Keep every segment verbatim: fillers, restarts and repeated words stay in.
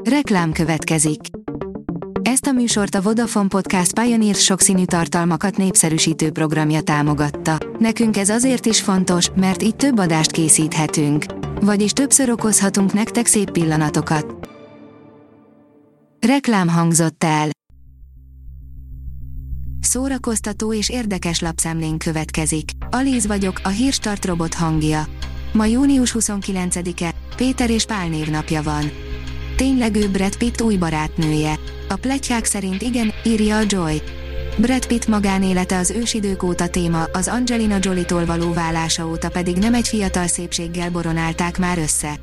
Reklám következik. Ezt a műsort a Vodafone Podcast Pioneer sokszínű tartalmakat népszerűsítő programja támogatta. Nekünk ez azért is fontos, mert így több adást készíthetünk. Vagyis többször okozhatunk nektek szép pillanatokat. Reklám hangzott el. Szórakoztató és érdekes lapszemlén következik. Alíz vagyok, a Hírstart robot hangja. Ma június huszonkilencedike, Péter és Pál névnapja van. Tényleg ő Brad Pitt új barátnője. A pletykák szerint igen, írja a Joy. Brad Pitt magánélete az ősidők óta téma, az Angelina Jolie-tól való válása óta pedig nem egy fiatal szépséggel boronálták már össze.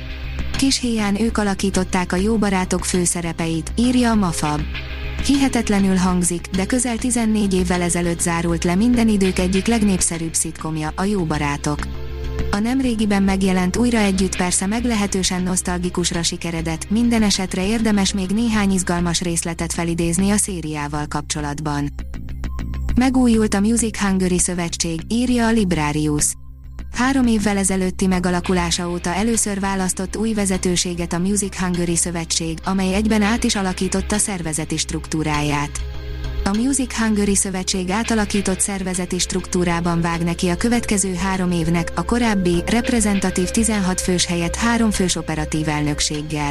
Kis héján ők alakították a jó barátok főszerepeit, írja a Mafab. Hihetetlenül hangzik, de közel tizennégy évvel ezelőtt zárult le minden idők egyik legnépszerűbb szitkomja, a Jó barátok. A nemrégiben megjelent Újra együtt persze meglehetősen nosztalgikusra sikeredett, minden esetre érdemes még néhány izgalmas részletet felidézni a szériával kapcsolatban. Megújult a Music Hungary szövetség, írja a Librarius. Három évvel ezelőtti megalakulása óta először választott új vezetőséget a Music Hungary szövetség, amely egyben át is alakította szervezeti struktúráját. A Music Hungary szövetség átalakított szervezeti struktúrában vág neki a következő három évnek, a korábbi, reprezentatív tizenhat fős helyett három fős operatív elnökséggel.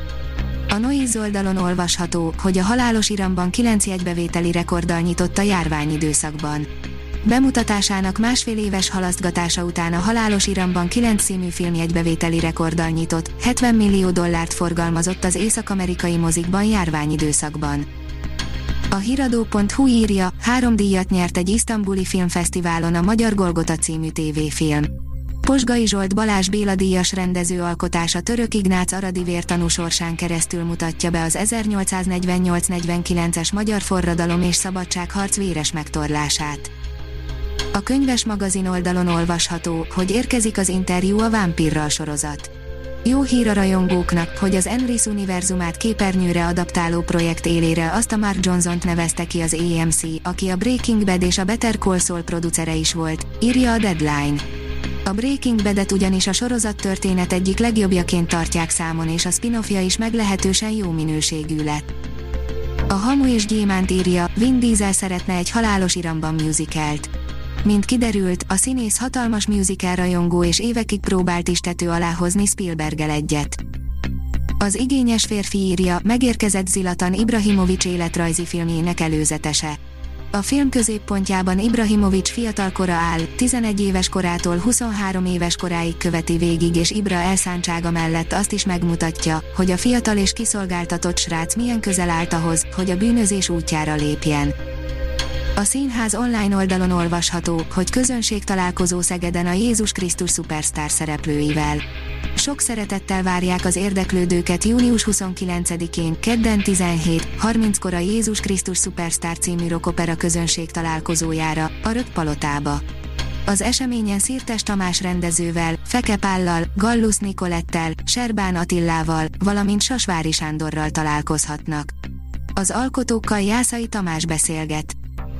A Noise oldalon olvasható, hogy a Halálos Iramban kilenc jegybevételi rekorddal nyitott a járványidőszakban. Bemutatásának másfél éves halasztgatása után a Halálos Iramban kilenc című film jegybevételi rekorddal nyitott, hetven millió dollárt forgalmazott az észak-amerikai mozikban járványidőszakban. A hiradó pont hu írja, három díjat nyert egy isztambuli filmfesztiválon a Magyar Golgota című tévéfilm. Posgai Zsolt Balázs Béla díjas rendező alkotása Török Ignác aradi vértanú sorsán keresztül mutatja be az ezernyolcszáznegyvennyolc-negyvenkilences magyar forradalom és szabadságharc véres megtorlását. A Könyves magazin oldalon olvasható, hogy érkezik az Interjú a Vámpírral sorozat. Jó hír a rajongóknak, hogy az Enris univerzumát képernyőre adaptáló projekt élére azt a Mark Johnson-t nevezte ki az á em cé, aki a Breaking Bad és a Better Call Saul producere is volt, írja a Deadline. A Breaking Badet ugyanis a sorozat történet egyik legjobbjaként tartják számon, és a spin-offja is meglehetősen jó minőségű lett. A Hamu és Gyémánt írja, Vin Diesel szeretne egy Halálos Iramban musicalt. Mint kiderült, a színész hatalmas musical rajongó és évekig próbált is tető alá hozni Spielberggel egyet. Az Igényes férfi írja, megérkezett Zlatan Ibrahimović életrajzi filmjének előzetese. A film középpontjában Ibrahimović fiatalkora áll, tizenegy éves korától huszonhárom éves koráig követi végig, és Ibra elszántsága mellett azt is megmutatja, hogy a fiatal és kiszolgáltatott srác milyen közel állt ahhoz, hogy a bűnözés útjára lépjen. A színház online oldalon olvasható, hogy közönségtalálkozó Szegeden a Jézus Krisztus Superstar szereplőivel. Sok szeretettel várják az érdeklődőket június huszonkilencedikén, kedden tizenhét harminckor a Jézus Krisztus Superstar című rockopera közönségtalálkozójára, a Rök Palotába. Az eseményen Szirtes Tamás rendezővel, Feke Pállal, Gallus Nikolettel, Serbán Attillával, valamint Sasvári Sándorral találkozhatnak. Az alkotókkal Jászai Tamás beszélget.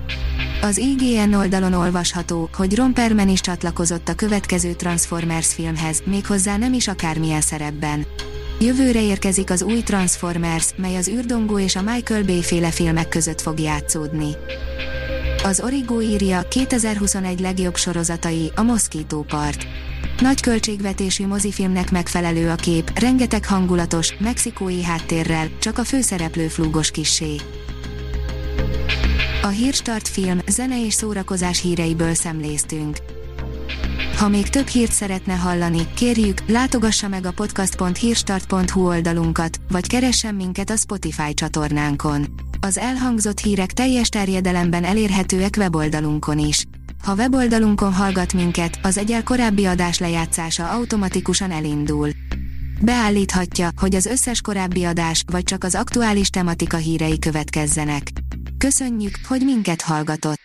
Az i gé en oldalon olvasható, hogy Ron Perlman is csatlakozott a következő Transformers filmhez, méghozzá nem is akármilyen szerepben. Jövőre érkezik az új Transformers, mely az űrdongó és a Michael Bay féle filmek között fog játszódni. Az Origo írja, kétezer-huszonegy legjobb sorozatai, a Mosquito Part. Nagy költségvetésű mozifilmnek megfelelő a kép, rengeteg hangulatos, mexikói háttérrel, csak a főszereplő flúgos kissé. A Hírstart film, zene és szórakozás híreiből szemléztünk. Ha még több hírt szeretne hallani, kérjük, látogassa meg a podcast pont hírstart pont hu oldalunkat, vagy keressen minket a Spotify csatornánkon. Az elhangzott hírek teljes terjedelemben elérhetőek weboldalunkon is. Ha weboldalunkon hallgat minket, az egyel korábbi adás lejátszása automatikusan elindul. Beállíthatja, hogy az összes korábbi adás, vagy csak az aktuális tematika hírei következzenek. Köszönjük, hogy minket hallgatott!